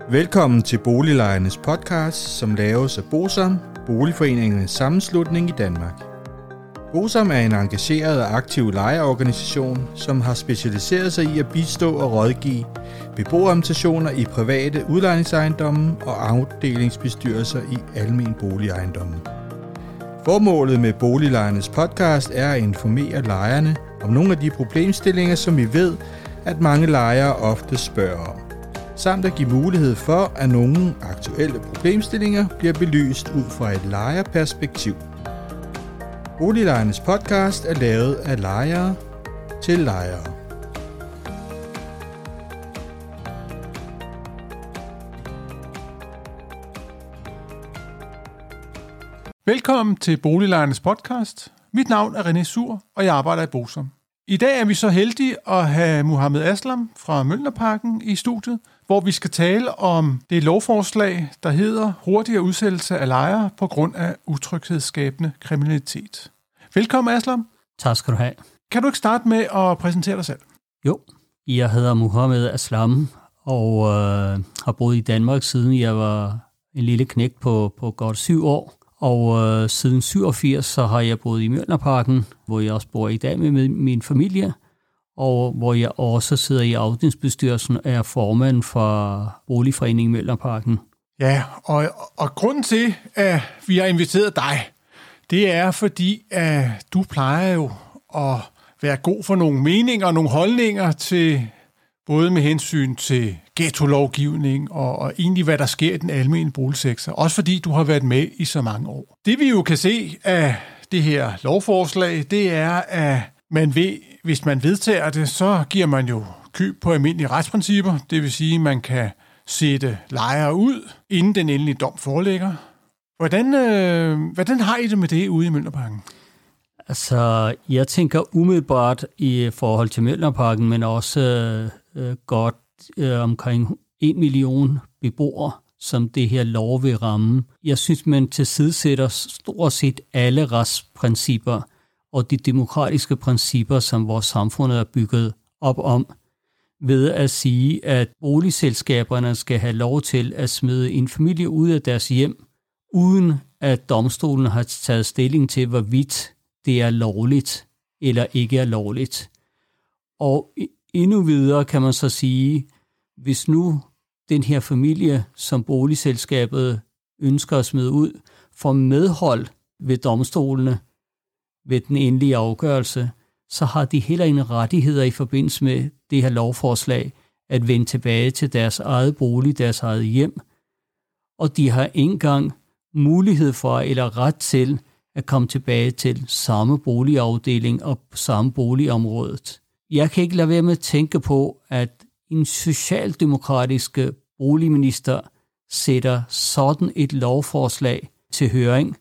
Velkommen til Boliglejernes podcast, som laves af BOSAM, Boligforeningernes Sammenslutning i Danmark. BOSAM er en engageret og aktiv lejerorganisation, som har specialiseret sig i at bistå og rådgive beboerorganisationer i private udlejningsejendomme og afdelingsbestyrelser i almen boligejendomme. Formålet med Boliglejernes podcast er at informere lejerne om nogle af de problemstillinger, som vi ved, at mange lejere ofte spørger om, samt at give mulighed for, at nogle aktuelle problemstillinger bliver belyst ud fra et lejerperspektiv. Boliglejernes podcast er lavet af lejere til lejere. Velkommen til Boliglejernes podcast. Mit navn er René Suhr, og jeg arbejder i BOSAM. I dag er vi så heldige at have Mohammed Aslam fra Mjølnerparken i studiet, hvor vi skal tale om det lovforslag, der hedder hurtigere udsættelse af lejere på grund af utryghedsskabende kriminalitet. Velkommen, Aslam. Tak skal du have. Kan du ikke starte med at præsentere dig selv? Jo, jeg hedder Mohammed Aslam og har boet i Danmark siden jeg var en lille knægt på godt 7 år. Og siden 87 så har jeg boet i Mjølnerparken, hvor jeg også bor i dag med min familie, og hvor jeg også sidder i afdelingsbestyrelsen og er formand for Boligforeningen Mjølnerparken. Ja, og grunden til, at vi har inviteret dig, det er fordi, at du plejer jo at være god for nogle meninger og nogle holdninger til både med hensyn til ghetto-lovgivning og egentlig, hvad der sker i den almene boligsektor. Også fordi du har været med i så mange år. Det vi jo kan se af det her lovforslag, det er, at man ved, hvis man vedtager det, så giver man jo køb på almindelige retsprincipper. Det vil sige, at man kan sætte lejere ud, inden den endelige dom foreligger. Hvordan har I det med det ude i Mjølnerparken? Altså, jeg tænker umiddelbart i forhold til Mjølnerparken, men også godt omkring 1 million beboere, som det her lov vil ramme. Jeg synes, man tilsidesætter stort set alle retsprincipper og de demokratiske principper, som vores samfund er bygget op om, ved at sige, at boligselskaberne skal have lov til at smide en familie ud af deres hjem, uden at domstolen har taget stilling til, hvorvidt det er lovligt eller ikke er lovligt. Og endnu videre kan man så sige, hvis nu den her familie, som boligselskabet ønsker at smide ud, får medhold ved domstolene, ved den endelige afgørelse, så har de heller ingen rettigheder i forbindelse med det her lovforslag at vende tilbage til deres eget bolig, deres eget hjem. Og de har ikke engang mulighed for eller ret til at komme tilbage til samme boligafdeling og samme boligområdet. Jeg kan ikke lade være med at tænke på, at en socialdemokratisk boligminister sætter sådan et lovforslag til høring,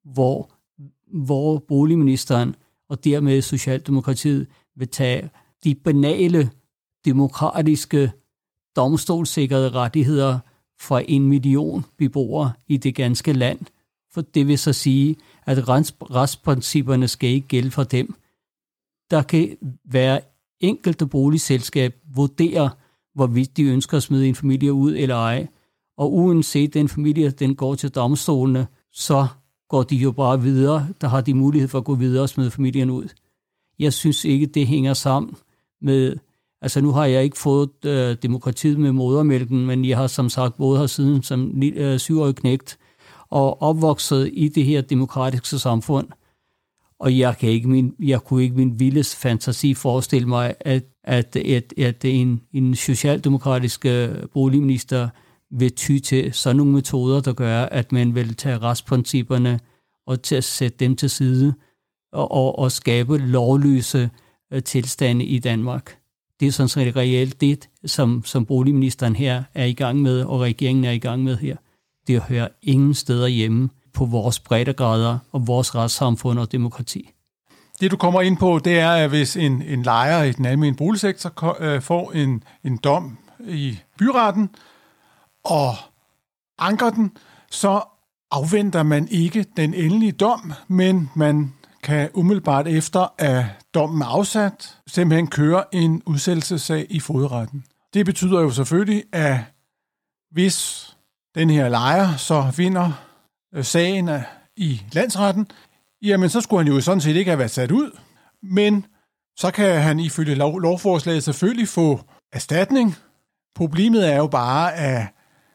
hvor boligministeren og dermed Socialdemokratiet vil tage de banale demokratiske domstolssikrede rettigheder fra 1 million beboere i det ganske land. For det vil så sige, at retsprincipperne skal ikke gælde for dem. Der kan være enkelte boligselskab vurderer, hvorvidt de ønsker at smide en familie ud eller ej. Og uanset den familie, den går til domstolene, så går de jo bare videre. Der har de mulighed for at gå videre og smide familien ud. Jeg synes ikke, det hænger sammen med... Altså nu har jeg ikke fået demokratiet med modermælken, men jeg har som sagt boet her siden som 7-årig knægt og opvokset i det her demokratiske samfund. Og jeg kunne ikke min vildeste fantasi forestille mig, at en socialdemokratisk boligminister vil ty til sådan nogle metoder, der gør, at man vil tage retsprincipperne og til at sætte dem til side og skabe lovløse tilstande i Danmark. Det er sådan set reelt det, som boligministeren her er i gang med, og regeringen er i gang med her. Det hører ingen steder hjemme på vores breddegrader og vores retssamfund og demokrati. Det, du kommer ind på, det er, at hvis en lejer i den almene boligsektor får en dom i byretten og anker den, så afventer man ikke den endelige dom, men man kan umiddelbart efter, at dommen er afsat, simpelthen køre en udsættelsessag i fogedretten. Det betyder jo selvfølgelig, at hvis den her lejer så vinder sagen i landsretten, jamen så skulle han jo sådan set ikke have været sat ud, men så kan han ifølge lovforslaget selvfølgelig få erstatning. Problemet er jo bare, at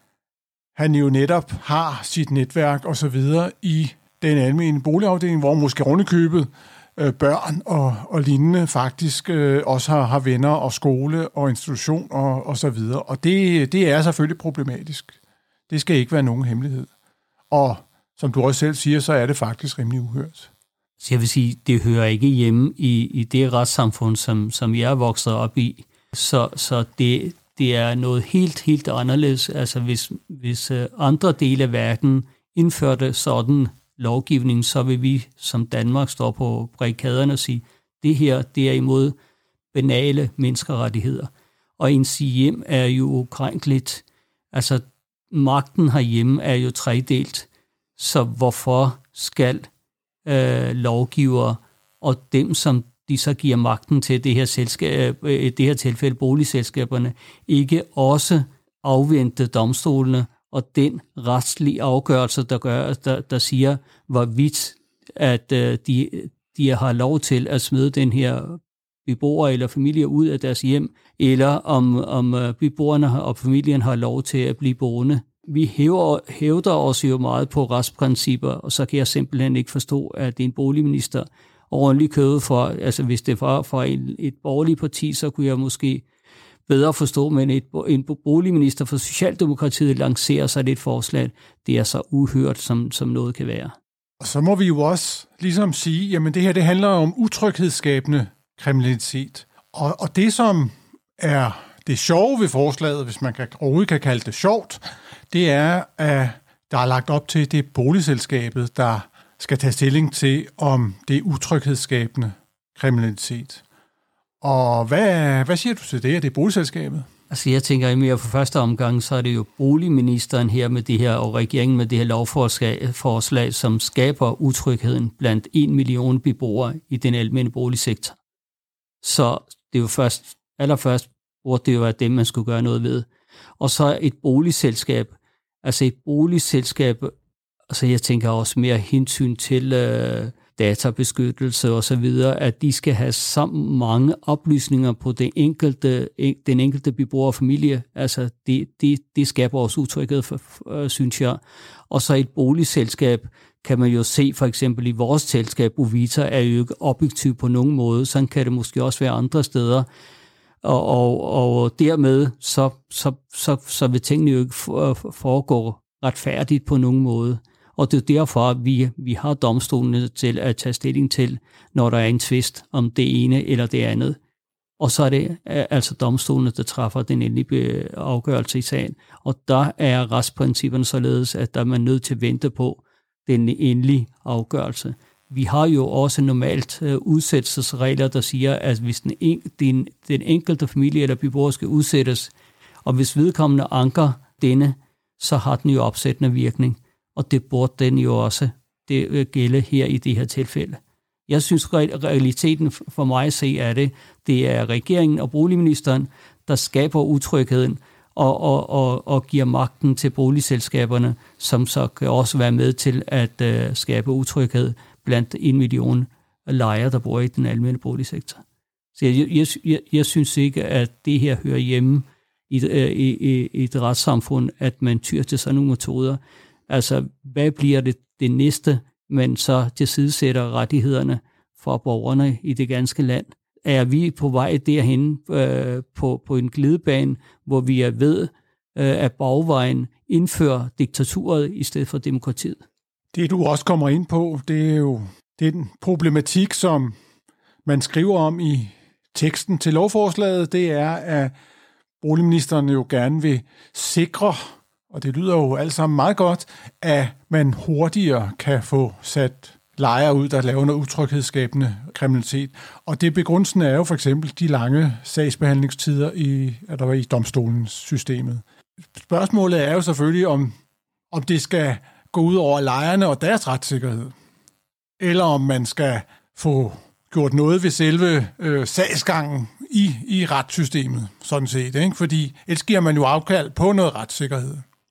han jo netop har sit netværk og så videre i den almene boligafdeling, hvor måske rundekøbet børn og lignende faktisk også har venner og skole og institution og så videre. Og det er selvfølgelig problematisk. Det skal ikke være nogen hemmelighed. Og som du også selv siger, så er det faktisk rimelig uhørt. Så jeg vil sige, det hører ikke hjemme i det retssamfund, som jeg er vokset op i. Så det er noget helt anderledes. Altså hvis andre dele af verden indførte sådan lovgivning, så vil vi som Danmark stå på barrikaderne og sige, det her, det er imod banale menneskerettigheder. Og ens hjem er jo ukrænkeligt. Altså magten herhjemme er jo tredelt. Så hvorfor skal lovgivere og dem, som de så giver magten til det her tilfælde boligselskaberne, ikke også afvente domstolene og den retslige afgørelse, der siger, hvorvidt at de har lov til at smide den her beboere eller familier ud af deres hjem, eller om beboerne og familien har lov til at blive boende. Vi hævder os jo meget på retsprincipper, og så kan jeg simpelthen ikke forstå, at det er en boligminister ordentligt kødet for, altså hvis det var for et borgerligt parti, så kunne jeg måske bedre forstå, men en boligminister for Socialdemokratiet lancerer sig et forslag. Det er så uhørt, som noget kan være. Og så må vi jo også ligesom sige, jamen det her, det handler om utryghedsskabende kriminalitet. Og det, som er det sjove ved forslaget, hvis man overhovedet kan kalde det sjovt, det er, at der er lagt op til, det boligselskabet, der skal tage stilling til, om det er utryghedsskabende kriminalitet. Og hvad siger du til det? Er det boligselskabet? Altså jeg tænker mere for første omgang, så er det jo boligministeren her med det her, og regeringen med det her lovforslag, som skaber utrygheden blandt 1 million beboere i den almene boligsektor. Så det er jo allerførst burde det jo være dem, man skulle gøre noget ved. Og så et boligselskab. Altså et boligselskab, altså jeg tænker også mere hensyn til databeskyttelse og så videre, at de skal have så mange oplysninger på den enkelte beboer og familie. Altså det skaber også utryghed, synes jeg. Og så et boligselskab kan man jo se, for eksempel i vores selskab, Uvita er jo ikke objektiv på nogen måde. Sådan kan det måske også være andre steder. Og dermed så vil tingene jo ikke foregå retfærdigt på nogen måde. Og det er derfor, at vi har domstolene til at tage stilling til, når der er en tvist om det ene eller det andet. Og så er det altså domstolene, der træffer den endelige afgørelse i sagen. Og der er retsprincipperne således, at der er man nødt til at vente på den endelige afgørelse. Vi har jo også normalt udsættelsesregler, der siger, at hvis den enkelte familie eller beboer skal udsættes, og hvis vedkommende anker denne, så har den jo opsættende virkning. Og det burde den jo også gælde her i det her tilfælde. Jeg synes, realiteten for mig at se er det er regeringen og boligministeren, der skaber utrygheden og giver magten til boligselskaberne, som så kan også være med til at skabe utryghed blandt 1 million lejere, der bor i den almene boligsektor. Så jeg synes ikke, at det her hører hjemme i et retssamfund, at man tyr til sådan nogle metoder. Altså, hvad bliver det næste, man så tilsidesætter rettighederne for borgerne i det ganske land? Er vi på vej derhen på en glidebane, hvor vi er ved at bagvejen indføre diktaturet i stedet for demokratiet? Det, du også kommer ind på, det er jo den problematik, som man skriver om i teksten til lovforslaget. Det er, at boligministeren jo gerne vil sikre, og det lyder jo alt sammen meget godt, at man hurtigere kan få sat lejere ud, der laver noget utryghedsskabende kriminalitet. Og det begrundelsen er jo for eksempel de lange sagsbehandlingstider i domstolens systemet. Spørgsmålet er jo selvfølgelig, om det skal gå ud over lejerne og deres retssikkerhed, eller om man skal få gjort noget ved selve sagsgangen i retssystemet, sådan set. Ikke? Fordi ellers giver man jo afkald på noget retssikkerhed.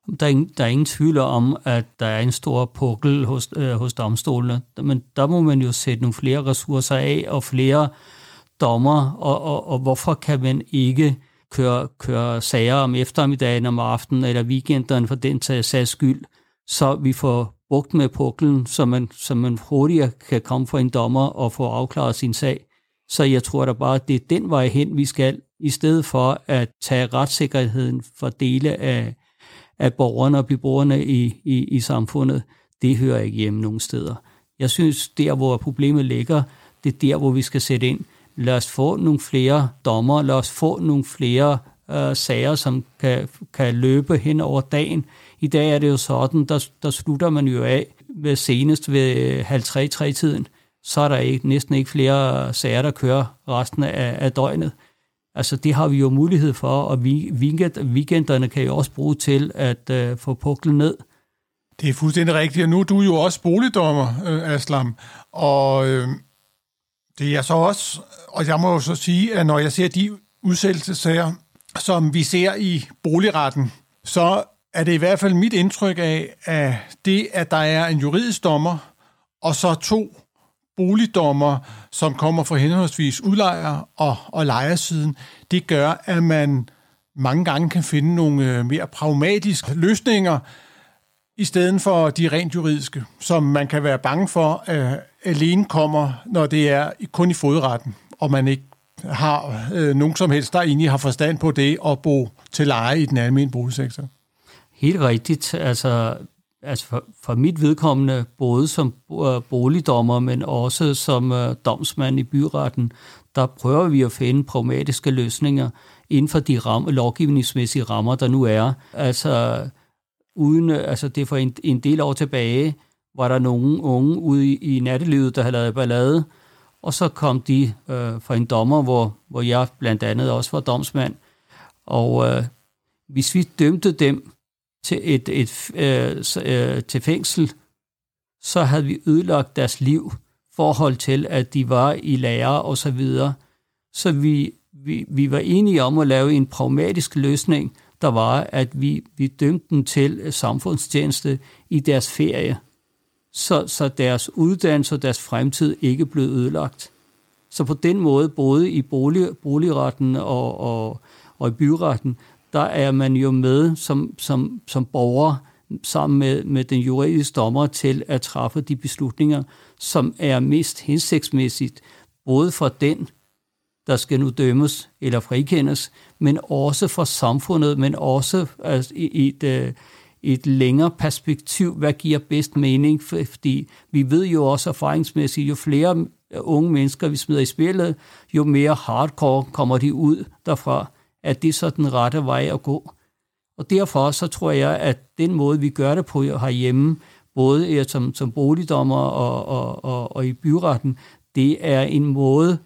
Der er ingen tvivl om, at der er en stor pukkel hos domstolene, men der må man jo sætte nogle flere ressourcer af og flere dommer, og hvorfor kan man ikke køre sager om eftermiddagen, om aftenen eller weekenden for den sags skyld, så vi får brugt med puklen, så man hurtigere kan komme for en dommer og få afklaret sin sag. Så jeg tror da bare, at det er den vej hen, vi skal, i stedet for at tage retssikkerheden for dele af borgerne og beboerne i samfundet. Det hører ikke hjemme nogen steder. Jeg synes, der hvor problemet ligger, det er der, hvor vi skal sætte ind. Lad os få nogle flere dommer, lad os få nogle flere sager, som kan løbe hen over dagen. I dag er det jo sådan, der slutter man jo af senest ved 2:30-tiden. Så er der næsten ikke flere sager, der kører resten af døgnet. Altså det har vi jo mulighed for, og weekenderne kan jo også bruge til at få puklen ned. Det er fuldstændig rigtigt, og nu er du jo også boligdommer, Aslam, og det er så også, og jeg må jo så sige, at når jeg ser de udsættelsessager, som vi ser i boligretten, så er det i hvert fald mit indtryk af, at det, at der er en juridisk dommer, og så 2 boligdommer, som kommer fra henholdsvis udlejer og lejersiden, det gør, at man mange gange kan finde nogle mere pragmatiske løsninger, i stedet for de rent juridiske, som man kan være bange for, alene kommer, når det er kun i fogedretten, og man ikke har nogen som helst, der egentlig har forstand på det at bo til leje i den almindelige boligsektor. Helt rigtigt. Altså for mit vedkommende, både som boligdommer, men også som domsmand i byretten, der prøver vi at finde pragmatiske løsninger inden for de lovgivningsmæssige rammer, der nu er. Det er for en del år tilbage, var der nogle unge ude i nattelivet, der havde lavet ballade, og så kom de fra en dommer, hvor jeg blandt andet også var domsmand. Og hvis vi dømte dem til til fængsel, så havde vi ødelagt deres liv, forhold til, at de var i lære og så videre. Så vi var enige om at lave en pragmatisk løsning, der var, at vi dømte dem til samfundstjeneste i deres ferie, så deres uddannelse og deres fremtid ikke blev ødelagt. Så på den måde, både i boligretten og i byretten, der er man jo med som borger sammen med den juridiske dommer til at træffe de beslutninger, som er mest hensigtsmæssigt, både for den, der skal nu dømmes eller frikendes, men også for samfundet, men også i et længere perspektiv, hvad giver bedst mening, fordi vi ved jo også erfaringsmæssigt, jo flere unge mennesker vi smider i spillet, jo mere hardcore kommer de ud derfra, at det er så den rette vej at gå. Og derfor så tror jeg, at den måde, vi gør det på herhjemme, både som boligdommer og i byretten, det er en måde,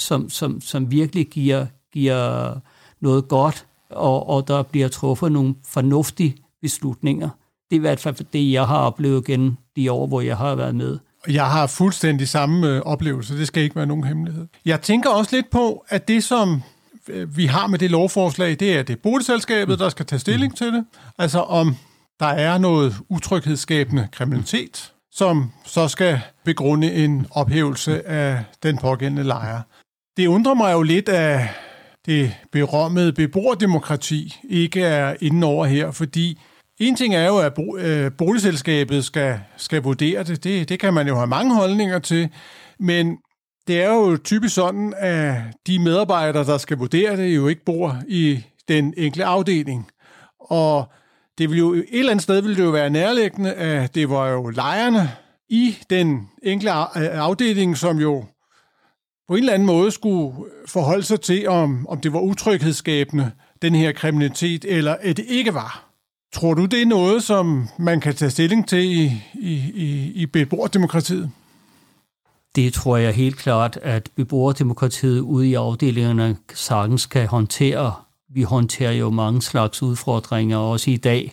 som virkelig giver noget godt, og der bliver truffet nogle fornuftige beslutninger. Det er i hvert fald det, jeg har oplevet gennem de år, hvor jeg har været med. Jeg har fuldstændig samme oplevelse. Det skal ikke være nogen hemmelighed. Jeg tænker også lidt på, at det, som vi har med det lovforslag, det er det boligselskabet, der skal tage stilling til det. Altså om der er noget utryghedsskabende kriminalitet, som så skal begrunde en ophævelse af den pågældende lejer. Det undrer mig jo lidt, at det berømmede beboerdemokrati ikke er inde over her, fordi en ting er jo, at boligselskabet skal vurdere det. Det kan man jo have mange holdninger til, men det er jo typisk sådan, at de medarbejdere, der skal vurdere det, jo ikke bor i den enkelte afdeling. Og det vil jo, et eller andet sted ville det jo være nærliggende, at det var jo lejerne i den enkelte afdeling, som jo på en eller anden måde skulle forholde sig til, om det var utryghedsskabende, den her kriminalitet, eller at det ikke var. Tror du, det er noget, som man kan tage stilling til i beboerdemokratiet? Det tror jeg helt klart, at beboerdemokratiet ude i afdelingerne sagtens kan håndtere. Vi håndterer jo mange slags udfordringer også i dag,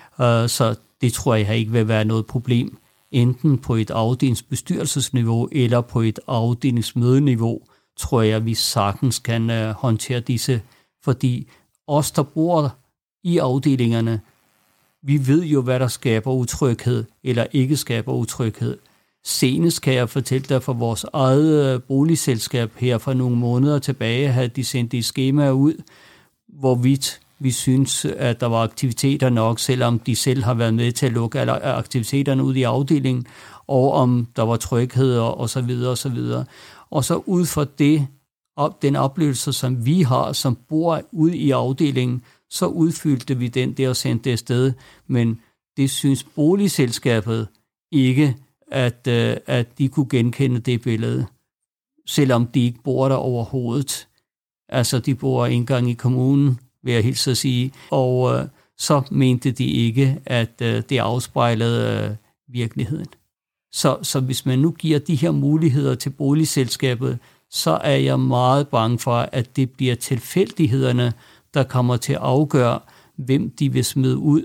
så det tror jeg ikke vil være noget problem, enten på et afdelingsbestyrelsesniveau eller på et afdelingsmødeniveau, tror jeg, vi sagtens kan håndtere disse, fordi os, der bor i afdelingerne, vi ved jo, hvad der skaber utryghed eller ikke skaber utryghed. Senest kan jeg fortælle dig, for vores eget boligselskab her for nogle måneder tilbage, havde de sendt de skemaer ud, hvorvidt vi synes, at der var aktiviteter nok, selvom de selv har været med til at lukke alle aktiviteterne ud i afdelingen, og om der var tryghed og så videre og så videre. Og så ud fra det, den oplevelse, som vi har, som bor ude i afdelingen, så udfyldte vi den der og sendte det afsted. Men det synes boligselskabet ikke, at de kunne genkende det billede, selvom de ikke bor der overhovedet. Altså, de bor ikke engang i kommunen, vil jeg hilse at sige. Og så mente de ikke, at det afspejlede virkeligheden. Så hvis man nu giver de her muligheder til boligselskabet, så er jeg meget bange for, at det bliver tilfældighederne, der kommer til at afgøre, hvem de vil smide ud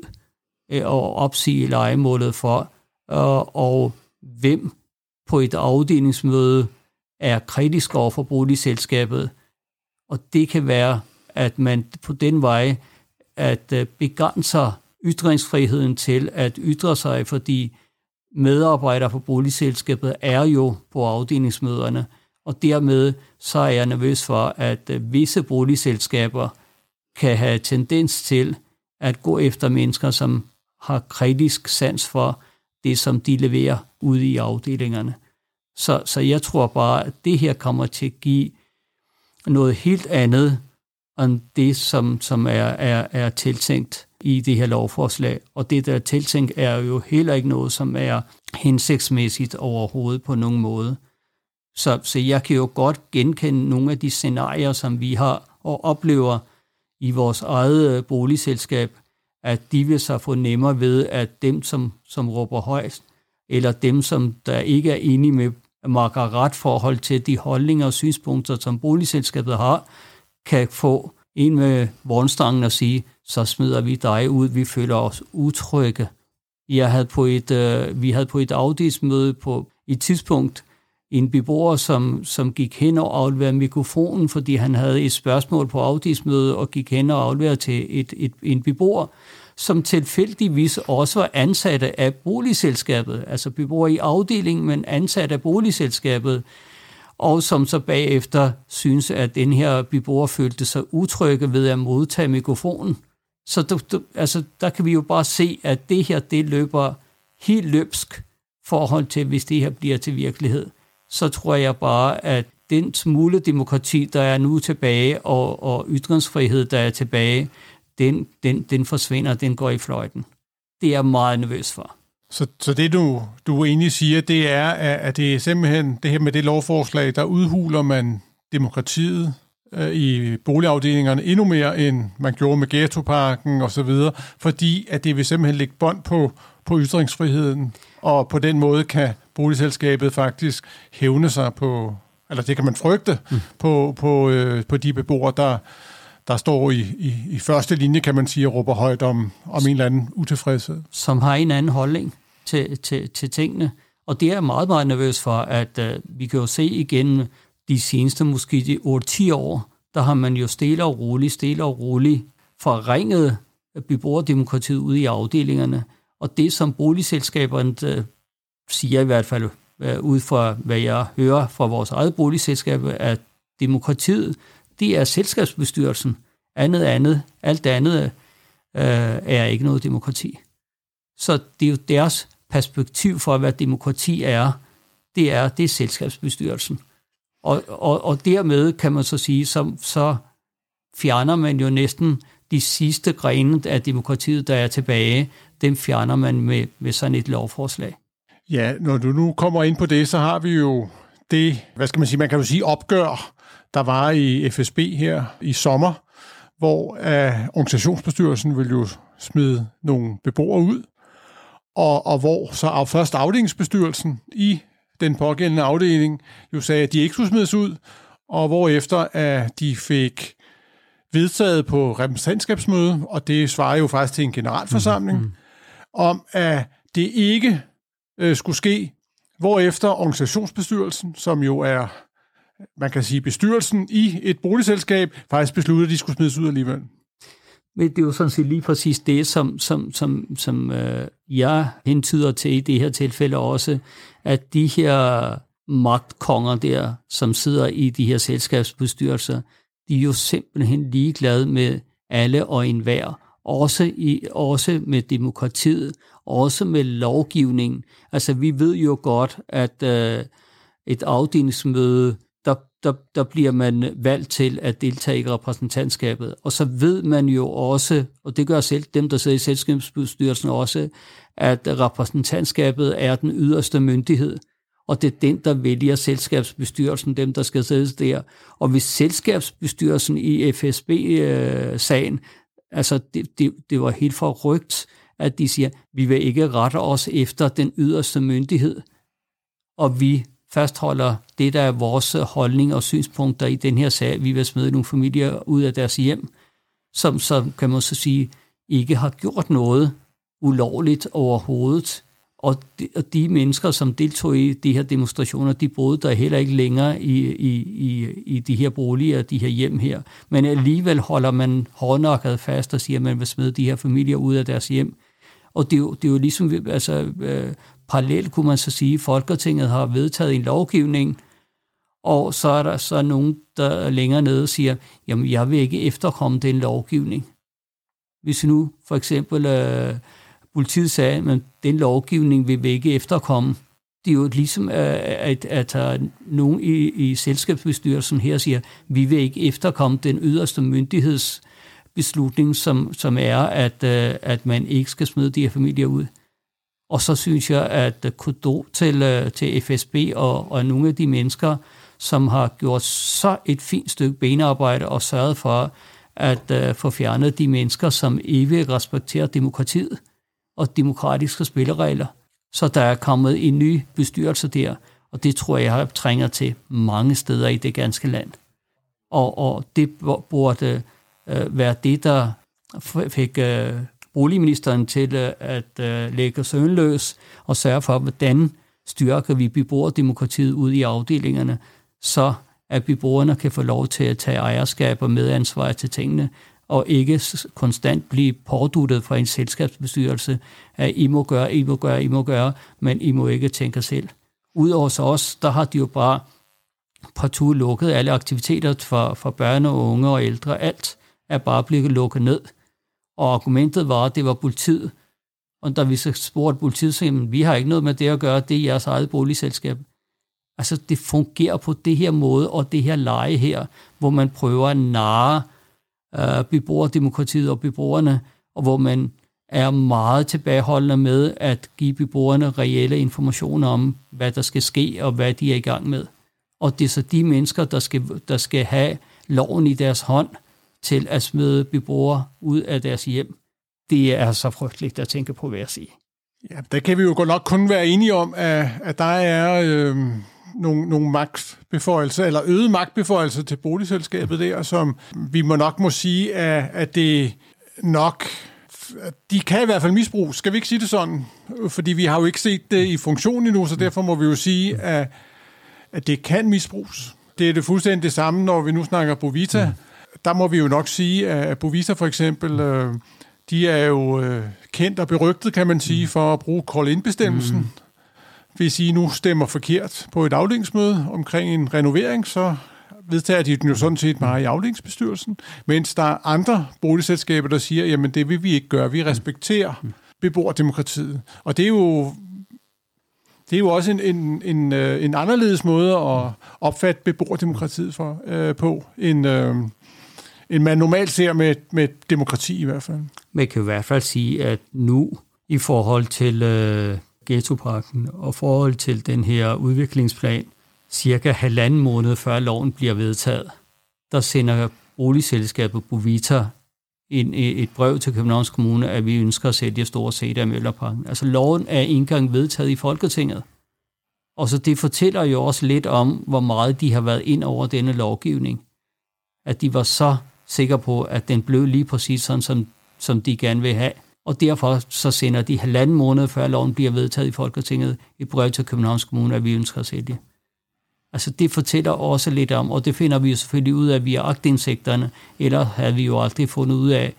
og opsige lejemålet for, og hvem på et afdelingsmøde er kritisk over for boligselskabet. Og det kan være, at man på den vej at begrænser ytringsfriheden til at ytre sig, fordi medarbejdere for boligselskabet er jo på afdelingsmøderne, og dermed så er jeg nervøs for, at visse boligselskaber kan have tendens til at gå efter mennesker, som har kritisk sans for det, som de leverer ude i afdelingerne. Så jeg tror bare, at det her kommer til at give noget helt andet end det, som er tiltænkt i det her lovforslag. Og det, der er tiltænkt, er jo heller ikke noget, som er hensigtsmæssigt overhovedet på nogen måde. Så jeg kan jo godt genkende nogle af de scenarier, som vi har og oplever i vores eget boligselskab, at de vil så få nemmere ved, at dem, som råber højst, eller dem, som der ikke er enige med markerer ret forhold til de holdninger og synspunkter, som boligselskabet har, kan få en med vognstangen og sige, så smider vi dig ud, vi føler os utrygge. Vi havde på et afdelingsmøde på et tidspunkt en beboer, som gik hen og afleverede mikrofonen, fordi han havde et spørgsmål på afdelingsmødet og gik hen og afleverede til en beboer, som tilfældigvis også var ansatte af boligselskabet, altså beboer i afdelingen, men ansat af boligselskabet, og som så bagefter synes, at den her beboer følte sig utrygge ved at modtage mikrofonen. Så der kan vi jo bare se, at det her, det løber helt løbsk forhold til, hvis det her bliver til virkelighed. Så tror jeg bare, at den smule demokrati, der er nu tilbage, og ytringsfrihed, der er tilbage, den forsvinder, den går i fløjten. Det er jeg meget nervøs for. Så det, du egentlig siger, det er, at det er simpelthen det her med det lovforslag, der udhuler man demokratiet i boligafdelingerne endnu mere, end man gjorde med ghettoparken og så videre, fordi at det vil simpelthen lægge bånd på ytringsfriheden, og på den måde kan boligselskabet faktisk hævne sig på, eller det kan man frygte, på de beboere, der står i første linje, kan man sige, og råber højt om en eller anden utilfredshed. Som har en anden holdning til tingene. Og det er jeg meget, meget nervøs for, at vi kan jo se igen de seneste, måske de 8-10 år, der har man jo stille og roligt forringet beboerdemokratiet ude i afdelingerne. Og det, som boligselskaberne siger i hvert fald, ud fra hvad jeg hører fra vores eget boligselskab, at demokratiet, det er selskabsbestyrelsen. Alt andet er ikke noget demokrati. Så det er jo deres perspektiv for, hvad demokrati er. Det er selskabsbestyrelsen. Og dermed kan man så sige, så fjerner man jo næsten de sidste grene af demokratiet, der er tilbage. Dem fjerner man med sådan et lovforslag. Ja, når du nu kommer ind på det, så har vi jo det, man kan jo sige opgør, der var i FSB her i sommer, hvor organisationsbestyrelsen ville jo smide nogle beboere ud, og hvor så først afdelingsbestyrelsen i den pågældende afdeling jo sagde, at de ikke skulle smides ud, og hvorefter at de fik vedtaget på repræsentantskabsmøde, og det svarer jo faktisk til en generalforsamling, om at det ikke skulle ske, hvorefter organisationsbestyrelsen, som jo er, man kan sige, bestyrelsen i et boligselskab, faktisk besluttede, at de skulle smides ud alligevel. Men det er jo sådan set lige præcis det, som jeg hentyder til i det her tilfælde også, at de her magtkonger der, som sidder i de her selskabsbestyrelser, de er jo simpelthen ligeglade med alle og enhver. Også med demokratiet, også med lovgivningen. Altså, vi ved jo godt, at et afdelingsmøde, der bliver man valgt til at deltage i repræsentantskabet. Og så ved man jo også, og det gør selv dem, der sidder i selskabsbestyrelsen også, at repræsentantskabet er den yderste myndighed. Og det er den, der vælger selskabsbestyrelsen, dem, der skal sidde der. Og hvis selskabsbestyrelsen i FSB-sagen, altså det var helt forrygt, at de siger, vi vil ikke rette os efter den yderste myndighed, og vi fastholder det, der er vores holdning og synspunkter i den her sag. Vi vil smide nogle familier ud af deres hjem, som kan man så sige, ikke har gjort noget ulovligt overhovedet. Og de mennesker, som deltog i de her demonstrationer, de boede der heller ikke længere i de her boliger, de her hjem her. Men alligevel holder man hårdnakket fast og siger, at man vil smide de her familier ud af deres hjem. Og det er jo ligesom, altså parallelt kunne man så sige, Folketinget har vedtaget en lovgivning, og så er der så nogen, der længere nede siger, jamen jeg vil ikke efterkomme den lovgivning. Hvis nu for eksempel politiet sagde, men den lovgivning vil vi ikke efterkomme. Det er jo ligesom, at nogen i selskabsbestyrelsen her siger, vi vil ikke efterkomme den yderste myndighedsbeslutning, som er, at man ikke skal smide de her familier ud. Og så synes jeg, at kudo til FSB og nogle af de mennesker, som har gjort så et fint stykke benarbejde og sørget for at få fjernet de mennesker, som ikke respekterer demokratiet og demokratiske spilleregler. Så der er kommet en ny bestyrelse der, og det tror jeg trænger til mange steder i det ganske land. Og det burde være det, der fik boligministeren til at lægge søvnløs og sørge for, hvordan styrker vi beboerdemokratiet ud i afdelingerne, så at beboerne kan få lov til at tage ejerskab og medansvar til tingene, og ikke konstant blive påduttet fra en selskabsbestyrelse, at I må gøre, men I må ikke tænke selv. Udover så os, der har de jo bare partout lukket alle aktiviteter for børn og unge og ældre. Alt er bare blevet lukket ned. Og argumentet var, at det var politiet. Og da vi så spurgte politiet, så vi har ikke noget med det at gøre, det er jeres eget boligselskab. Altså, det fungerer på det her måde, og det her leje her, hvor man prøver at narre beboerdemokratiet og beboerne, og hvor man er meget tilbageholdende med at give beboerne reelle informationer om, hvad der skal ske, og hvad de er i gang med. Og det er så de mennesker, der skal have loven i deres hånd til at smide beboere ud af deres hjem. Det er så frygteligt at tænke på, hvad jeg siger. Ja, der kan vi jo godt nok kun være enige om, at der er nogle magtbeføjelser, eller øget magtbeføjelser til boligselskabet der, som vi må sige, at det nok, de kan i hvert fald misbruges. Skal vi ikke sige det sådan? Fordi vi har jo ikke set det i funktion endnu, så derfor må vi jo sige, at det kan misbruges. Det er det fuldstændig det samme, når vi nu snakker Bovita. Der må vi jo nok sige, at Bovita for eksempel, de er jo kendt og berygtet, kan man sige, for at bruge call-in-bestemmelsen. Hvis I nu stemmer forkert på et afdelingsmøde omkring en renovering, så vedtager de den jo sådan set bare i afdelingsbestyrelsen, mens der er andre boligselskaber, der siger, jamen det vil vi ikke gøre, vi respekterer beboerdemokratiet. Og det er jo også en anderledes måde at opfatte beboerdemokratiet på, end man normalt ser med demokrati i hvert fald. Man kan i hvert fald sige, at nu i forhold til ghettopakken og forhold til den her udviklingsplan, cirka 1,5 måned før loven bliver vedtaget, der sender boligselskabet Bovita et brev til Københavns Kommune, at vi ønsker at sælge store sæder af Mjølnerparken. Altså loven er engang vedtaget i Folketinget. Og så det fortæller jo også lidt om, hvor meget de har været ind over denne lovgivning. At de var så sikre på, at den blev lige præcis sådan, som de gerne vil have. Og derfor så sender de 1,5 måned før loven bliver vedtaget i Folketinget et brev til Københavns Kommune, at vi ønsker at sælge. Altså det fortæller også lidt om, og det finder vi jo selvfølgelig ud af via aktindsigterne, eller havde vi jo aldrig fundet ud af,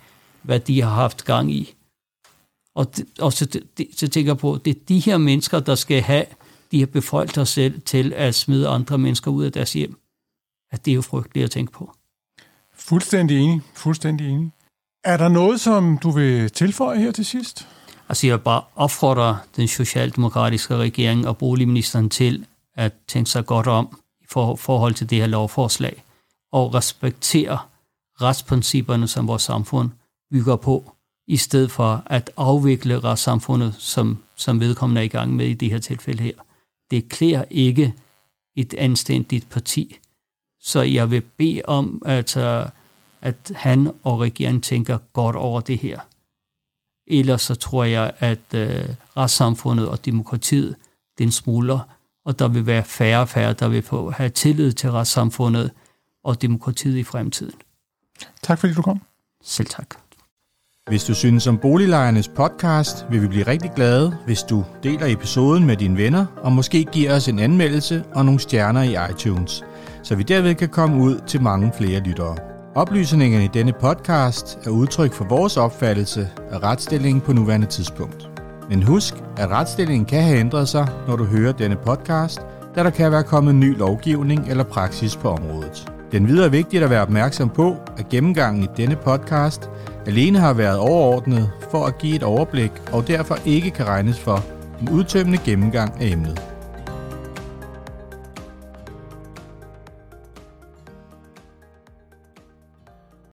hvad de har haft gang i. Og så tænker jeg på, det er de her mennesker, der skal have de her befolkninger selv til at smide andre mennesker ud af deres hjem. At det er jo frygteligt at tænke på. Fuldstændig enig. Er der noget, som du vil tilføje her til sidst? Altså jeg vil bare opfordre den socialdemokratiske regering og boligministeren til at tænke sig godt om i forhold til det her lovforslag og respektere retsprincipperne, som vores samfund bygger på, i stedet for at afvikle retssamfundet, som vedkommende er i gang med i det her tilfælde her. Det klæder ikke et anstændigt parti. Så jeg vil bede om, at han og regeringen tænker godt over det her. Ellers så tror jeg, at retssamfundet og demokratiet, den smuldrer, og der vil være færre og færre, der vil have tillid til retssamfundet og demokratiet i fremtiden. Tak fordi du kom. Selv tak. Hvis du synes om Boliglejernes podcast, vil vi blive rigtig glade, hvis du deler episoden med dine venner, og måske giver os en anmeldelse og nogle stjerner i iTunes, så vi derved kan komme ud til mange flere lyttere. Oplysningerne i denne podcast er udtryk for vores opfattelse af retsstillingen på nuværende tidspunkt. Men husk, at retsstillingen kan have ændret sig, når du hører denne podcast, da der kan være kommet ny lovgivning eller praksis på området. Den videre er vigtigt at være opmærksom på, at gennemgangen i denne podcast alene har været overordnet for at give et overblik, og derfor ikke kan regnes for en udtømmende gennemgang af emnet.